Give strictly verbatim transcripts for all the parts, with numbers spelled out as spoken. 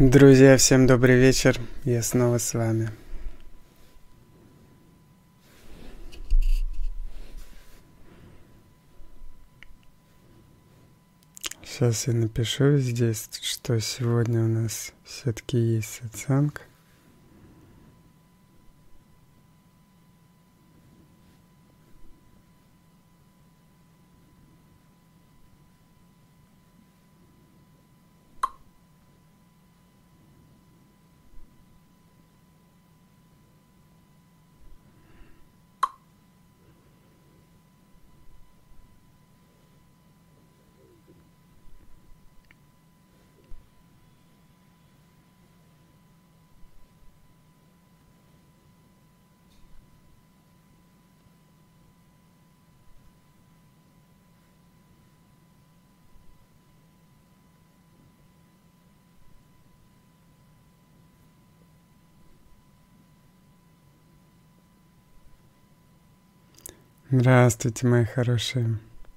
Друзья, всем добрый вечер. Я снова с вами. Сейчас я напишу здесь, что сегодня у нас все-таки есть сатсанг. Здравствуйте, мои хорошие.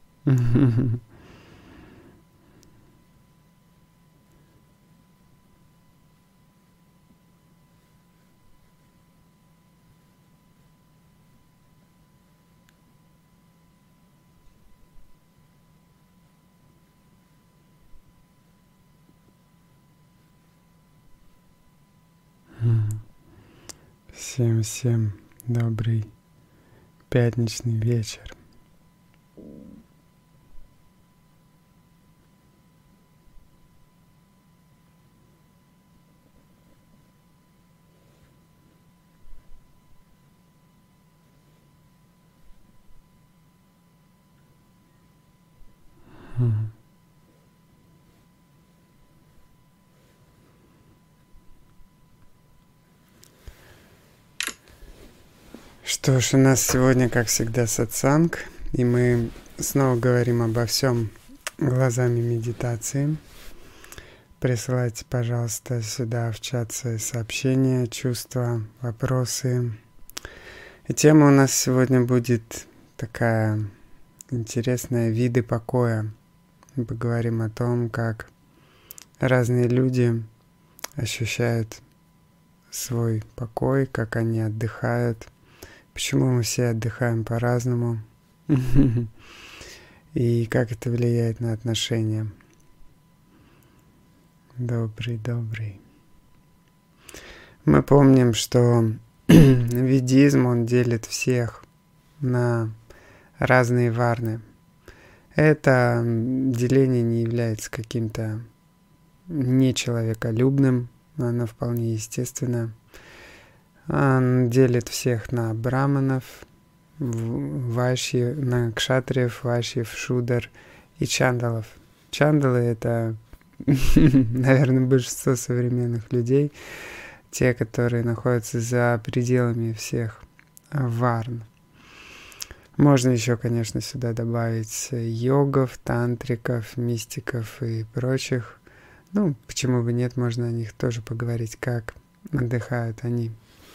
Всем-всем добрый пятничный вечер. Что ж, у нас сегодня, как всегда, сатсанг, и мы снова говорим обо всем глазами медитации. Присылайте, пожалуйста, сюда в чат свои сообщения, чувства, вопросы. И тема у нас сегодня будет такая интересная: виды покоя. Мы поговорим о том, как разные люди ощущают свой покой, как они отдыхают, почему мы все отдыхаем по-разному и как это влияет на отношения. Добрый, добрый. Мы помним, что ведизм, он делит всех на разные варны. Это деление не является каким-то нечеловеколюбным, оно вполне естественно. Он делит всех на браманов, вайши, на кшатриев, вайшьев, шудр и чандалов. Чандалы — это, наверное, большинство современных людей, те, которые находятся за пределами всех варн. Можно еще, конечно, сюда добавить йогов, тантриков, мистиков и прочих. Ну, почему бы нет, можно о них тоже поговорить, как отдыхают они.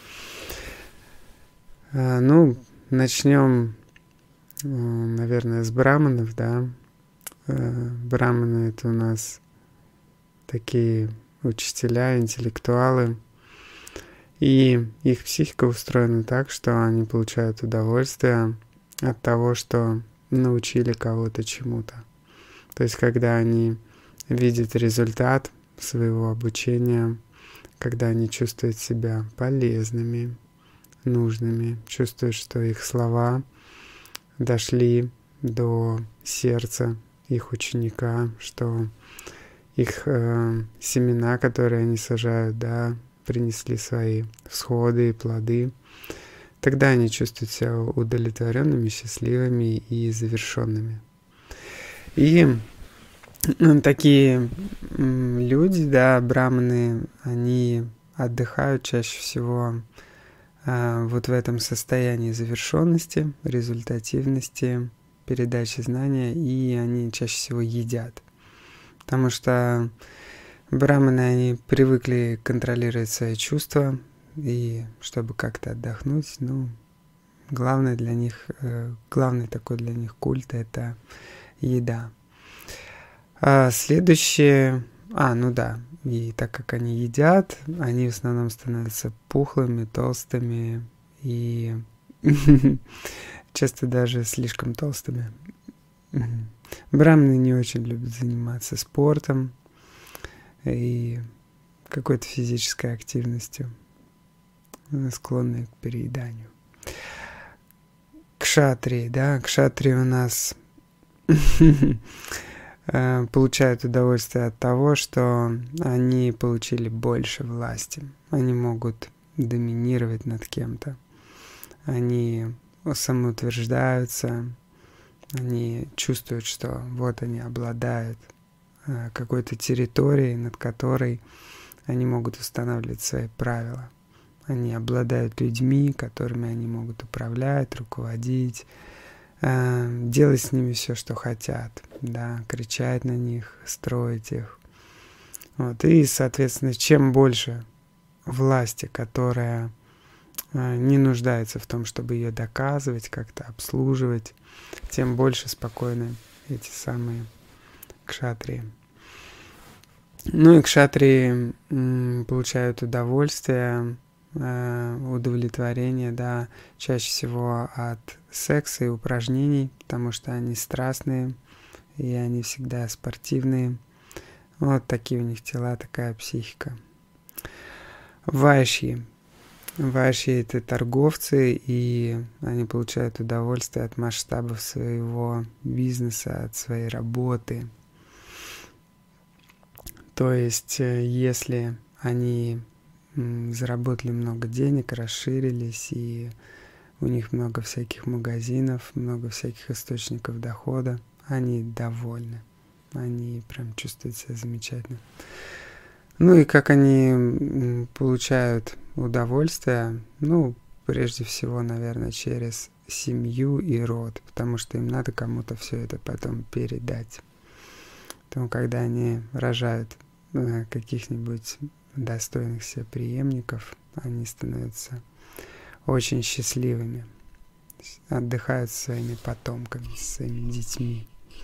А, ну, начнем, наверное, с браманов, да. Браманы — это у нас такие учителя, интеллектуалы. И их психика устроена так, что они получают удовольствие от того, что научили кого-то чему-то. То есть, когда они видят результат своего обучения, когда они чувствуют себя полезными, нужными, чувствуют, что их слова дошли до сердца их ученика, что их э, семена, которые они сажают, да, принесли свои всходы и плоды, тогда они чувствуют себя удовлетворенными, счастливыми и завершенными. И такие люди, да, браманы, они отдыхают чаще всего а, вот в этом состоянии завершенности, результативности, передачи знания, и они чаще всего едят. Потому что браманы, они привыкли контролировать свои чувства, и чтобы как-то отдохнуть, ну, главное для них, главный такой для них культ — это еда. А следующее А, ну да, и так как они едят, они в основном становятся пухлыми, толстыми и часто даже слишком толстыми. Браманы не очень любят заниматься спортом и какой-то физической активностью, склонны к перееданию. Кшатрии, да, кшатрии у нас получают удовольствие от того, что они получили больше власти. Они могут доминировать над кем-то. Они самоутверждаются, они чувствуют, что вот они обладают какой-то территорией, над которой они могут устанавливать свои правила. Они обладают людьми, которыми они могут управлять, руководить, делать с ними все, что хотят, да, кричать на них, строить их. Вот. И, соответственно, чем больше власти, которая не нуждается в том, чтобы ее доказывать, как-то обслуживать, тем больше спокойны эти самые кшатрии. Ну и кшатрии м, получают удовольствие, э, удовлетворение, да, чаще всего от секса и упражнений, потому что они страстные, и они всегда спортивные. Вот такие у них тела, такая психика. Вайшьи. Вайшьи — это торговцы, и они получают удовольствие от масштабов своего бизнеса, от своей работы. То есть, если они заработали много денег, расширились, и у них много всяких магазинов, много всяких источников дохода, они довольны. Они прям чувствуют себя замечательно. Ну и как они получают удовольствие? Ну, прежде всего, наверное, через семью и род, потому что им надо кому-то все это потом передать. Поэтому, когда они рожают каких-нибудь достойных себе преемников, они становятся очень счастливыми, отдыхают со своими потомками, со своими детьми.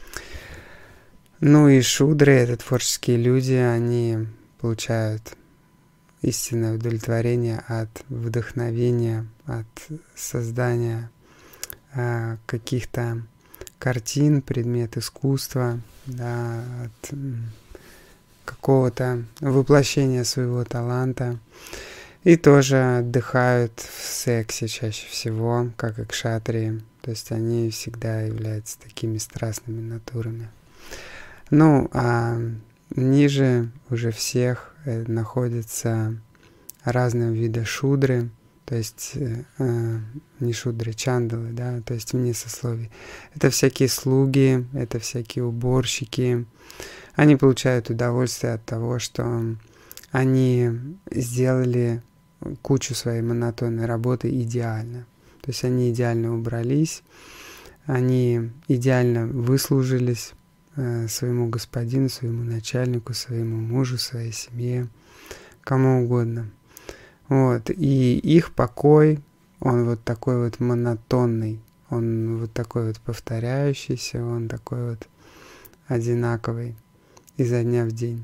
Ну и шудры, это творческие люди, они получают истинное удовлетворение от вдохновения, от создания э, каких-то картин, предмет искусства, да, от м, какого-то воплощения своего таланта. И тоже отдыхают в сексе чаще всего, как и кшатрии. То есть они всегда являются такими страстными натурами. Ну, а ниже уже всех находятся разные виды шудры, то есть э, не шудры, чандалы, да, то есть вне сословий. Это всякие слуги, это всякие уборщики. Они получают удовольствие от того, что они сделали кучу своей монотонной работы идеально. То есть они идеально убрались, они идеально выслужились э, своему господину, своему начальнику, своему мужу, своей семье, кому угодно. Вот. И их покой, он вот такой вот монотонный, он вот такой вот повторяющийся, он такой вот одинаковый изо дня в день.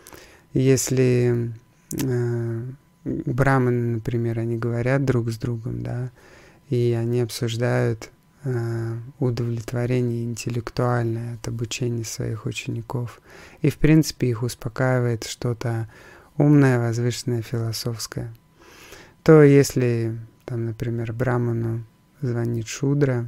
Если э, браманы, например, они говорят друг с другом, да, и они обсуждают э, удовлетворение интеллектуальное от обучения своих учеников, и в принципе их успокаивает что-то умное, возвышенное, философское, то если, там, например, браману звонит шудра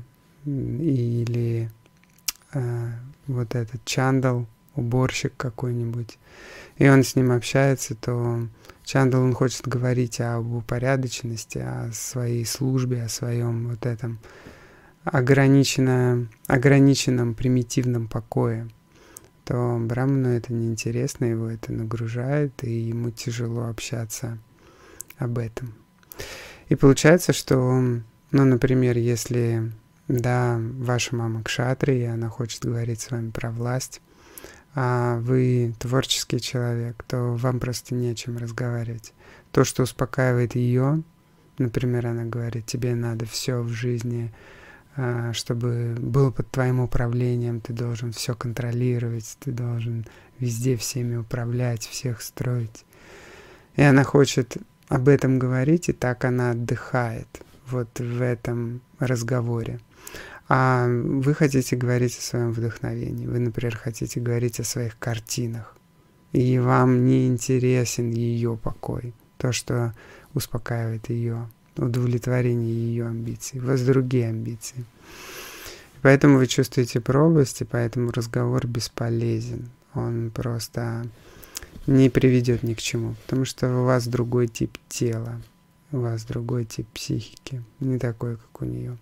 или э, вот этот чандал, уборщик какой-нибудь, и он с ним общается, то чандал, он хочет говорить об упорядоченности, о своей службе, о своем вот этом ограниченном, ограниченном примитивном покое, то браману это неинтересно, его это нагружает, и ему тяжело общаться об этом. И получается, что, ну, например, если, да, ваша мама кшатри, и она хочет говорить с вами про власть, а вы творческий человек, то вам просто не о чем разговаривать. То, что успокаивает ее, например, она говорит, тебе надо все в жизни чтобы был под твоим управлением, ты должен все контролировать, ты должен везде всеми управлять, всех строить. И она хочет об этом говорить, и так она отдыхает вот в этом разговоре. А вы хотите говорить о своем вдохновении, вы, например, хотите говорить о своих картинах, и вам не интересен ее покой, то, что успокаивает ее, удовлетворение ее амбиций, у вас другие амбиции. Поэтому вы чувствуете пропасть, и поэтому разговор бесполезен. Он просто не приведет ни к чему, потому что у вас другой тип тела, у вас другой тип психики, не такой, как у нее.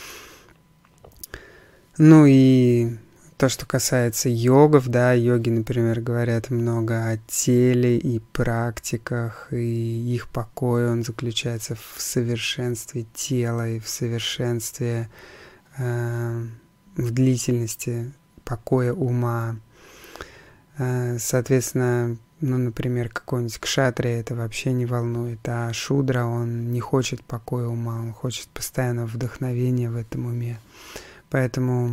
Ну и то, что касается йогов, да, йоги, например, говорят много о теле и практиках, и их покой, он заключается в совершенстве тела и в совершенстве, э, в длительности покоя ума. Э, соответственно, ну, например, какой-нибудь кшатрия это вообще не волнует, а шудра, он не хочет покоя ума, он хочет постоянного вдохновения в этом уме. Поэтому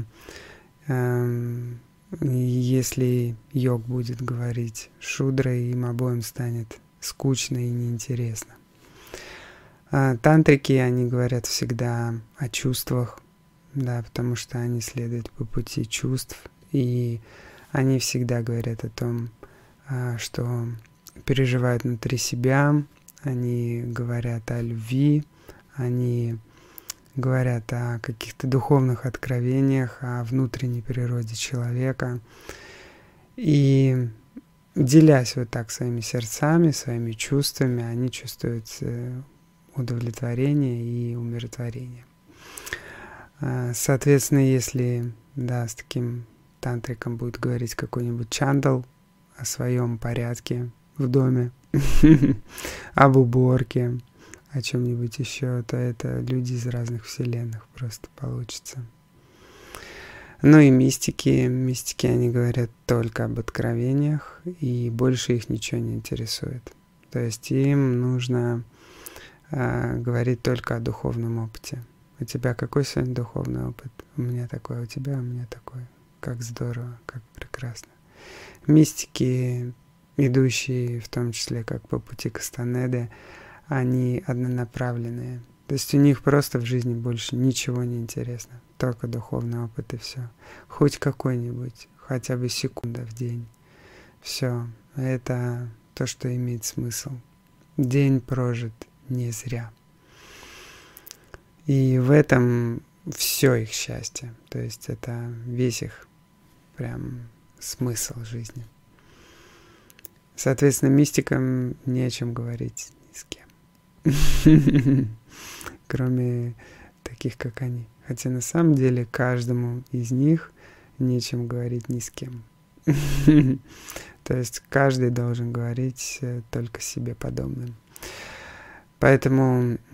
если йог будет говорить шудрой, им обоим станет скучно и неинтересно. А тантрики, они говорят всегда о чувствах, да, потому что они следуют по пути чувств, и они всегда говорят о том, что переживают внутри себя, они говорят о любви, они говорят о каких-то духовных откровениях, о внутренней природе человека. И делясь вот так своими сердцами, своими чувствами, они чувствуют удовлетворение и умиротворение. Соответственно, если, да, с таким тантриком будет говорить какой-нибудь чандал о своем порядке в доме, об уборке, о чем-нибудь еще, то это люди из разных вселенных просто получится. Ну и мистики, мистики, они говорят только об откровениях, и больше их ничего не интересует. То есть им нужно э, говорить только о духовном опыте. У тебя какой сегодня духовный опыт? У меня такой, у тебя, у меня такой. Как здорово, как прекрасно. Мистики, идущие в том числе как по пути Кастанеды, они однонаправленные. То есть у них просто в жизни больше ничего не интересно. Только духовный опыт и все. Хоть какой-нибудь, хотя бы секунда в день. Все. Это то, что имеет смысл. День прожит не зря. И в этом все их счастье. То есть это весь их прям смысл жизни. Соответственно, мистикам не о чем говорить ни с кем. Кроме таких, как они. Хотя на самом деле каждому из них нечем говорить ни с кем. То есть каждый должен говорить только себе подобным. Поэтому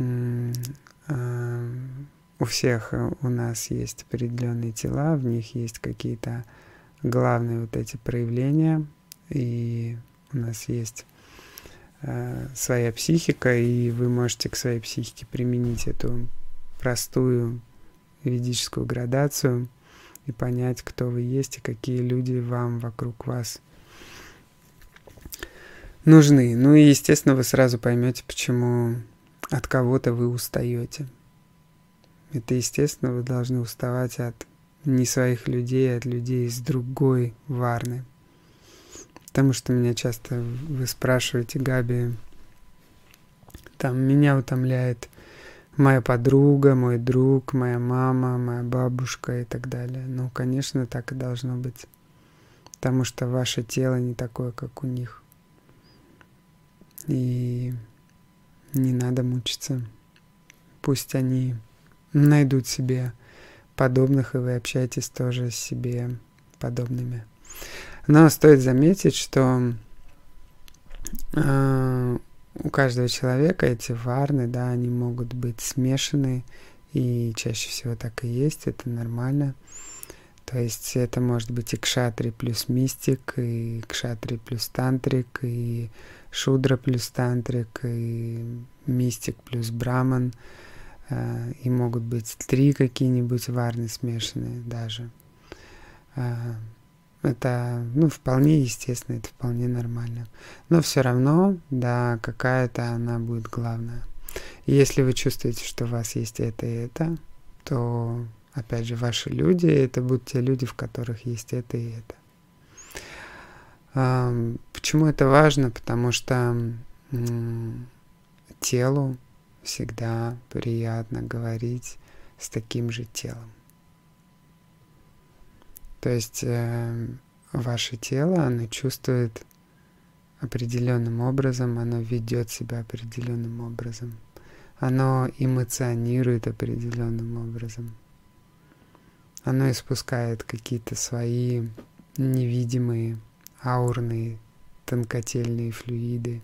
у всех у нас есть определенные тела, в них есть какие-то главные вот эти проявления, и у нас есть своя психика, и вы можете к своей психике применить эту простую ведическую градацию и понять, кто вы есть и какие люди вам вокруг вас нужны. Ну и, естественно, вы сразу поймете, почему от кого-то вы устаете. Это, естественно, вы должны уставать от не своих людей, а от людей из другой варны. Потому что меня часто вы спрашиваете, Габи, там меня утомляет моя подруга, мой друг, моя мама, моя бабушка и так далее. Ну, конечно, так и должно быть. Потому что ваше тело не такое, как у них. И не надо мучиться. Пусть они найдут себе подобных, и вы общаетесь тоже с себе подобными. Но стоит заметить, что э, у каждого человека эти варны, да, они могут быть смешаны, и чаще всего так и есть, это нормально. То есть это может быть и кшатри плюс мистик, и кшатри плюс тантрик, и шудра плюс тантрик, и мистик плюс браман. и могут быть три какие-нибудь варны смешанные даже. Это, ну, вполне естественно, это вполне нормально. Но все равно, да, какая-то она будет главная. И если вы чувствуете, что у вас есть это и это, то, опять же, ваши люди, это будут те люди, в которых есть это и это. Почему это важно? Потому что телу всегда приятно говорить с таким же телом. То есть э, ваше тело, оно чувствует определенным образом, оно ведет себя определенным образом, оно эмоционирует определенным образом, оно испускает какие-то свои невидимые, аурные, тонкотельные флюиды.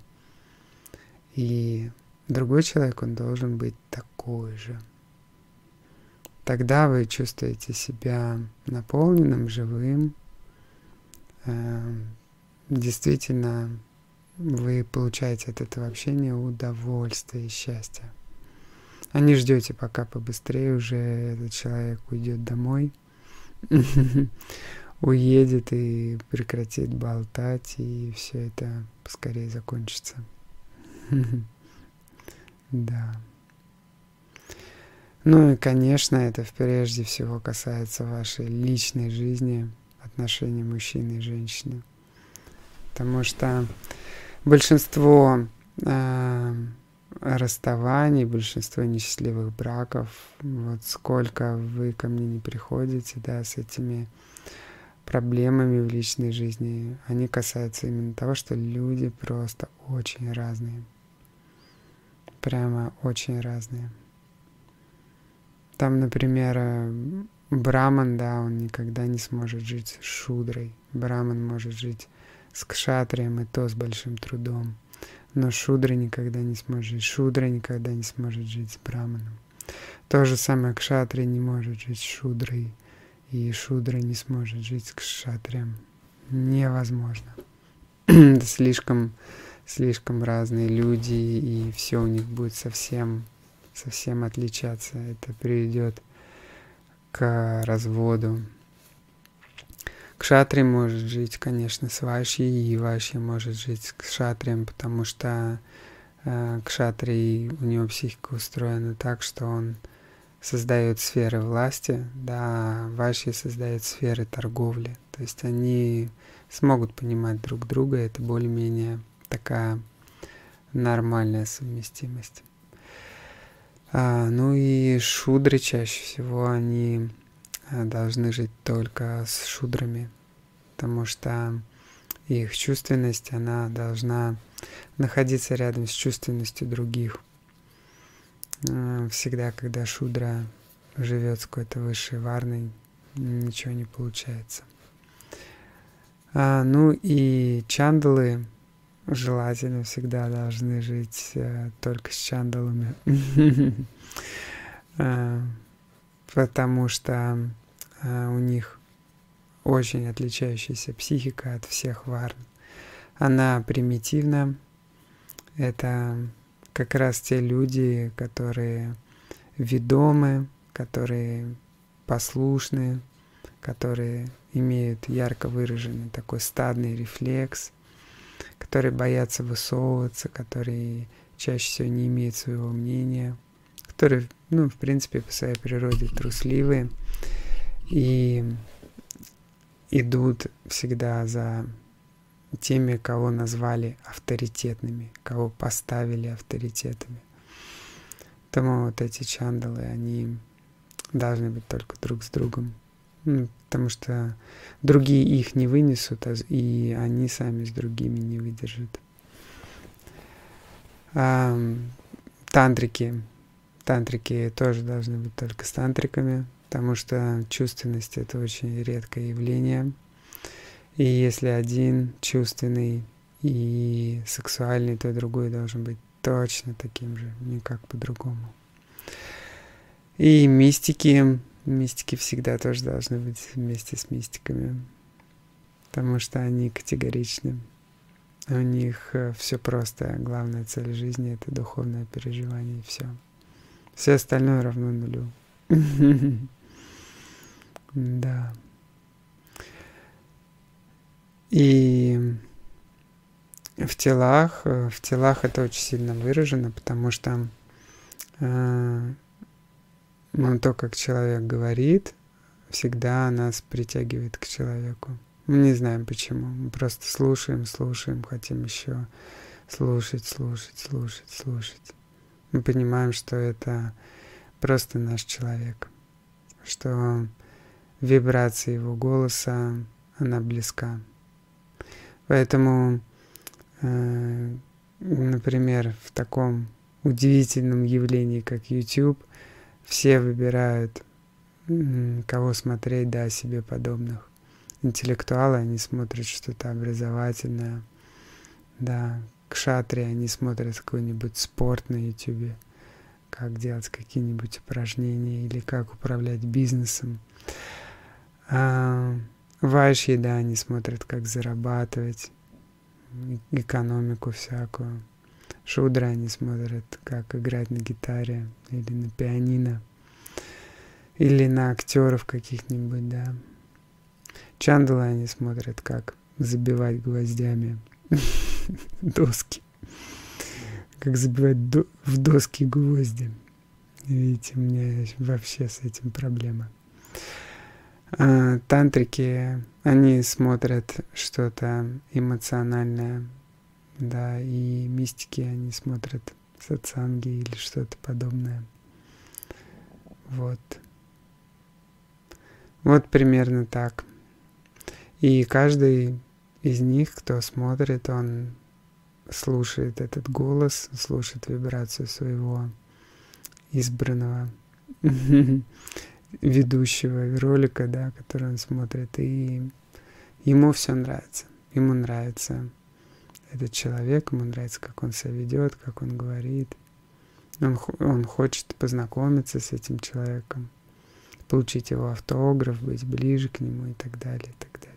И другой человек, он должен быть такой же. Тогда вы чувствуете себя наполненным, живым. Действительно, вы получаете от этого общения удовольствие и счастье. А не ждете, пока побыстрее уже этот человек уйдет домой, уедет и прекратит болтать, и все это поскорее закончится. Да. Ну и, конечно, это прежде всего касается вашей личной жизни, отношений мужчины и женщины. Потому что большинство э, расставаний, большинство несчастливых браков, вот сколько вы ко мне не приходите, да, с этими проблемами в личной жизни, они касаются именно того, что люди просто очень разные. Прямо очень разные. Там, например, браман, да, он никогда не сможет жить с шудрой. Браман может жить с кшатрием, и то с большим трудом. Но шудра никогда не сможет жить. Шудра никогда не сможет жить с браманом. То же самое кшатрия не может жить с шудрой, и шудра не сможет жить с кшатрием. Невозможно. слишком, слишком разные люди, и все у них будет совсем... совсем отличаться. Это приведет к разводу. Кшатри может жить, конечно, с вайшьей, и вайшья может жить с кшатрием, потому что э, кшатрий, у него психика устроена так, что он создает сферы власти, да, вайшья создает сферы торговли. То есть они смогут понимать друг друга, это более-менее такая нормальная совместимость. А, ну и шудры чаще всего, они должны жить только с шудрами, потому что их чувственность, она должна находиться рядом с чувственностью других. Всегда, когда шудра живет с какой-то высшей варной, ничего не получается. А, ну и чандалы желательно всегда должны жить э, только с чандалами, потому что у них очень отличающаяся психика от всех варн. Она примитивна. Это как раз те люди, которые ведомы, которые послушны, которые имеют ярко выраженный такой стадный рефлекс, которые боятся высовываться, которые чаще всего не имеют своего мнения, которые, ну, в принципе, по своей природе трусливые и идут всегда за теми, кого назвали авторитетными, кого поставили авторитетами. Поэтому вот эти чандалы, они должны быть только друг с другом, ну, потому что другие их не вынесут, и они сами с другими не выдержат. А, тантрики. Тантрики тоже должны быть только с тантриками, потому что чувственность — это очень редкое явление. И если один чувственный и сексуальный, то другой должен быть точно таким же, никак по-другому. И мистики. Мистики всегда тоже должны быть вместе с мистиками, потому что они категоричны. У них все просто. Главная цель жизни — это духовное переживание, и все. Все остальное равно нулю. Да. И в телах, в телах это очень сильно выражено, потому что э, ну, то, как человек говорит, всегда нас притягивает к человеку. Мы не знаем почему. Мы просто слушаем, слушаем, хотим еще слушать, слушать, слушать, слушать. Мы понимаем, что это просто наш человек, что вибрация его голоса, она близка. Поэтому, э, например, в таком удивительном явлении, как YouTube, все выбирают, кого смотреть, да, себе подобных. Интеллектуалы, они смотрят что-то образовательное, да, кшатри, они смотрят какой-нибудь спорт на YouTube, как делать какие-нибудь упражнения или как управлять бизнесом. А вайшьи, да, они смотрят, как зарабатывать, экономику всякую. Шудры, они смотрят, как играть на гитаре или на пианино, или на актеров каких-нибудь, да. Чандалы, они смотрят, как забивать гвоздями доски. Как забивать до- в доски гвозди. Видите, у меня вообще с этим проблема. А тантрики, они смотрят что-то эмоциональное, да, и мистики, они смотрят сатсанги или что-то подобное. Вот. Вот примерно так. И каждый из них, кто смотрит, он слушает этот голос, слушает вибрацию своего избранного ведущего ролика, да, который он смотрит, и ему все нравится. Ему нравится этот человек, ему нравится, как он себя ведет, как он говорит. Он, он хочет познакомиться с этим человеком, получить его автограф, быть ближе к нему и так далее, и так далее.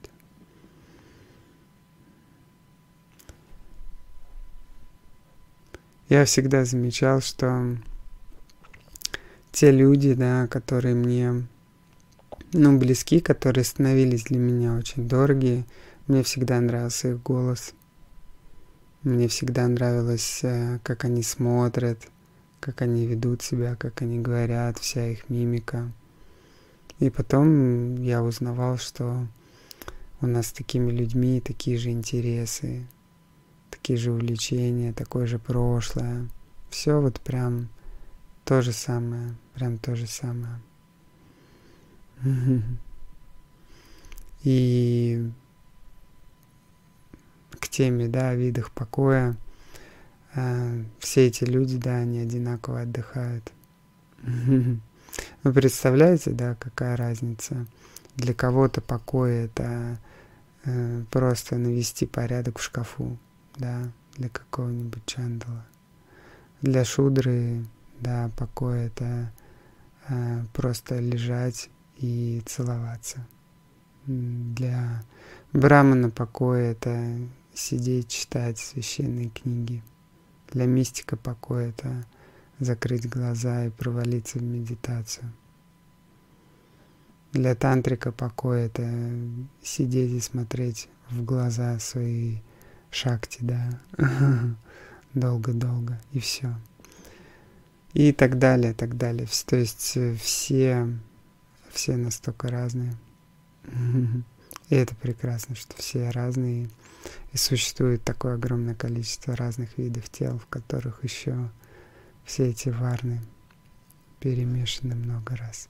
Я всегда замечал, что те люди, да, которые мне, ну, близки, которые становились для меня очень дорогие, мне всегда нравился их голос. Мне всегда нравилось, как они смотрят, как они ведут себя, как они говорят, вся их мимика. И потом я узнавал, что у нас с такими людьми такие же интересы, такие же увлечения, такое же прошлое. Все вот прям то же самое, прям то же самое. И к теме, да, о видах покоя, все эти люди, да, они одинаково отдыхают. Вы представляете, да, какая разница? Для кого-то покой — это э, просто навести порядок в шкафу, да, для какого-нибудь чандала. Для шудры, да, покой — это э, просто лежать и целоваться. Для брамана покой — это сидеть, читать священные книги. Для мистика покой — это закрыть глаза и провалиться в медитацию. Для тантрика покой — это сидеть и смотреть в глаза свои шакти, да, долго-долго, и все. И так далее, так далее. То есть все, все настолько разные. И это прекрасно, что все разные. И существует такое огромное количество разных видов тел, в которых еще все эти варны перемешаны много раз.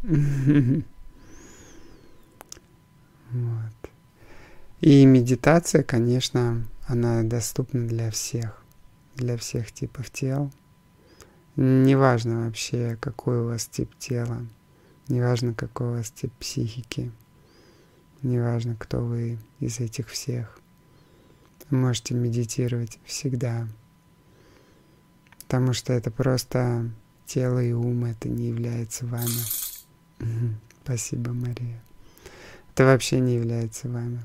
Вот. И медитация, конечно, она доступна для всех, для всех типов тел. Неважно вообще, какой у вас тип тела, неважно, какой у вас тип психики, неважно, кто вы из этих всех. Вы можете медитировать всегда, потому что это просто тело и ум, это не является вами. Спасибо, Мария. Это вообще не является вами.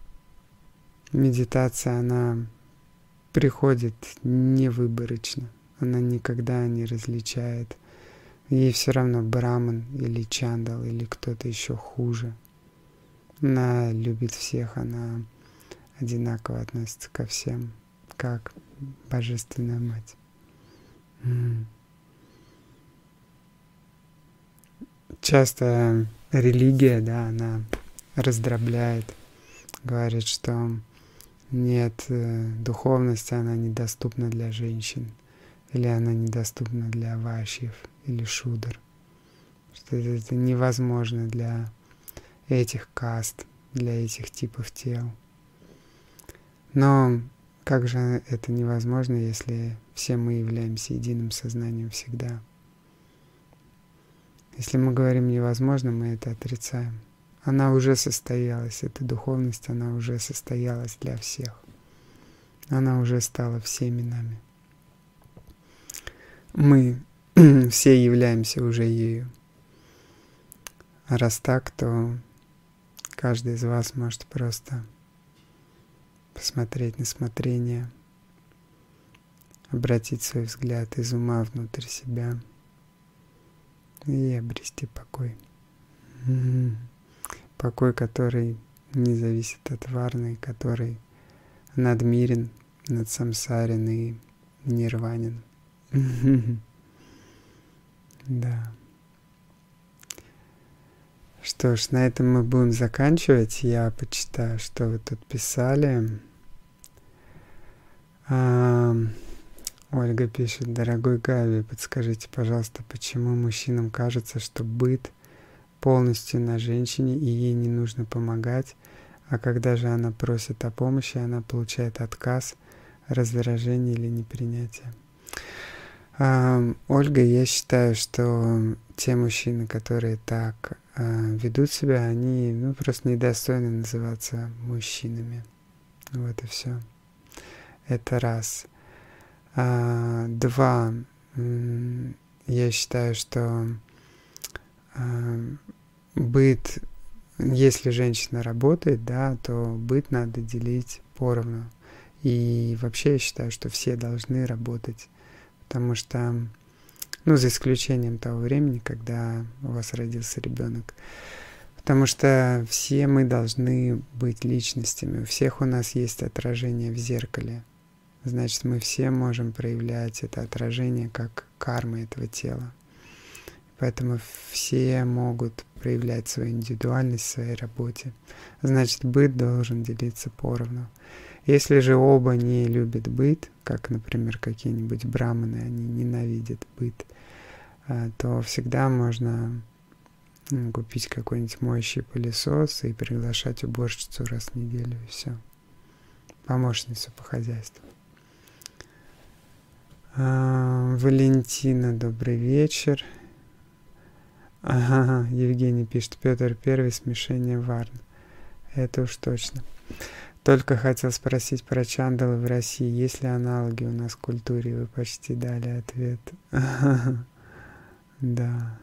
Медитация, она приходит невыборочно. Она никогда не различает. Ей все равно браман или чандал или кто-то еще хуже. Она любит всех, она одинаково относится ко всем, как Божественная Мать. Часто религия, да, она раздробляет, говорит, что нет, духовность, она недоступна для женщин, или она недоступна для вайшьев или шудр, что это, это невозможно для этих каст, для этих типов тел. Но как же это невозможно, если все мы являемся единым сознанием всегда? Если мы говорим невозможно, мы это отрицаем. Она уже состоялась, эта духовность, она уже состоялась для всех. Она уже стала всеми нами. Мы все являемся уже ею. А раз так, то каждый из вас может просто посмотреть на смотрение, обратить свой взгляд из ума внутрь себя и обрести покой. Покой, который не зависит от варны, который надмирен, надсамсарен и нирванен. Да. Что ж, на этом мы будем заканчивать. Я почитаю, что вы тут писали. А, Ольга пишет: дорогой Габи, подскажите, пожалуйста, почему мужчинам кажется, что быт полностью на женщине и ей не нужно помогать, а когда же она просит о помощи, она получает отказ, раздражение или непринятие. А, Ольга, я считаю, что те мужчины, которые так а, ведут себя, они ну, просто недостойны называться мужчинами. Вот и все. Это раз. А, два. Я считаю, что а, быт, если женщина работает, да, то быт надо делить поровну. И вообще я считаю, что все должны работать. Потому что, ну, за исключением того времени, когда у вас родился ребенок. Потому что все мы должны быть личностями. У всех у нас есть отражение в зеркале. Значит, мы все можем проявлять это отражение как карма этого тела. Поэтому все могут проявлять свою индивидуальность в своей работе. Значит, быт должен делиться поровну. Если же оба не любят быт, как, например, какие-нибудь браманы, они ненавидят быт, то всегда можно купить какой-нибудь моющий пылесос и приглашать уборщицу раз в неделю, и все. Помощницу по хозяйству. А, Валентина, добрый вечер. Ага, Евгений пишет: Петр Первый, смешение варн. Это уж точно. Только хотел спросить про чандалы в России. Есть ли аналоги у нас в культуре? Вы почти дали ответ. Да.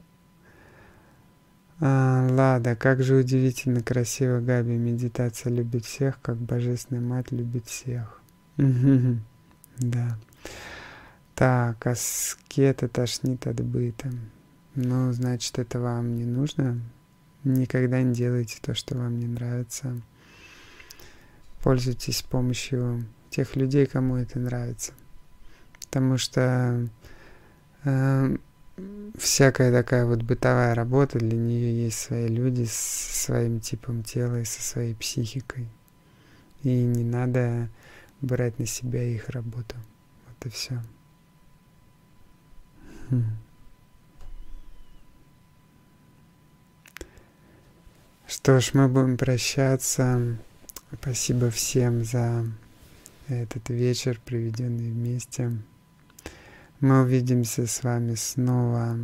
А, Лада, как же удивительно красиво Габи. Медитация любит всех, как Божественная Мать любит всех. Да. Так, аскета тошнит от быта. Ну, значит, это вам не нужно. Никогда не делайте то, что вам не нравится. Пользуйтесь помощью тех людей, кому это нравится. Потому что э, всякая такая вот бытовая работа, для нее есть свои люди со своим типом тела и со своей психикой. И не надо брать на себя их работу. Вот и все. Хм. Что ж, мы будем прощаться. Спасибо всем за этот вечер, проведенный вместе. Мы увидимся с вами снова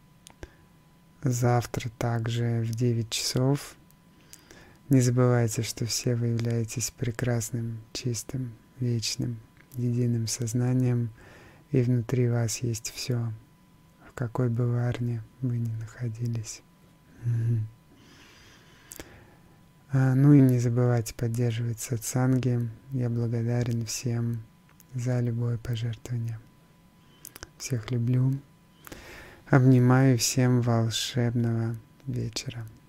завтра также в девять часов. Не забывайте, что все вы являетесь прекрасным, чистым, вечным, единым сознанием, и внутри вас есть все, в какой бы варне вы ни находились. Ну и не забывайте поддерживать сатсанги. Я благодарен всем за любое пожертвование. Всех люблю. Обнимаю. Всем волшебного вечера.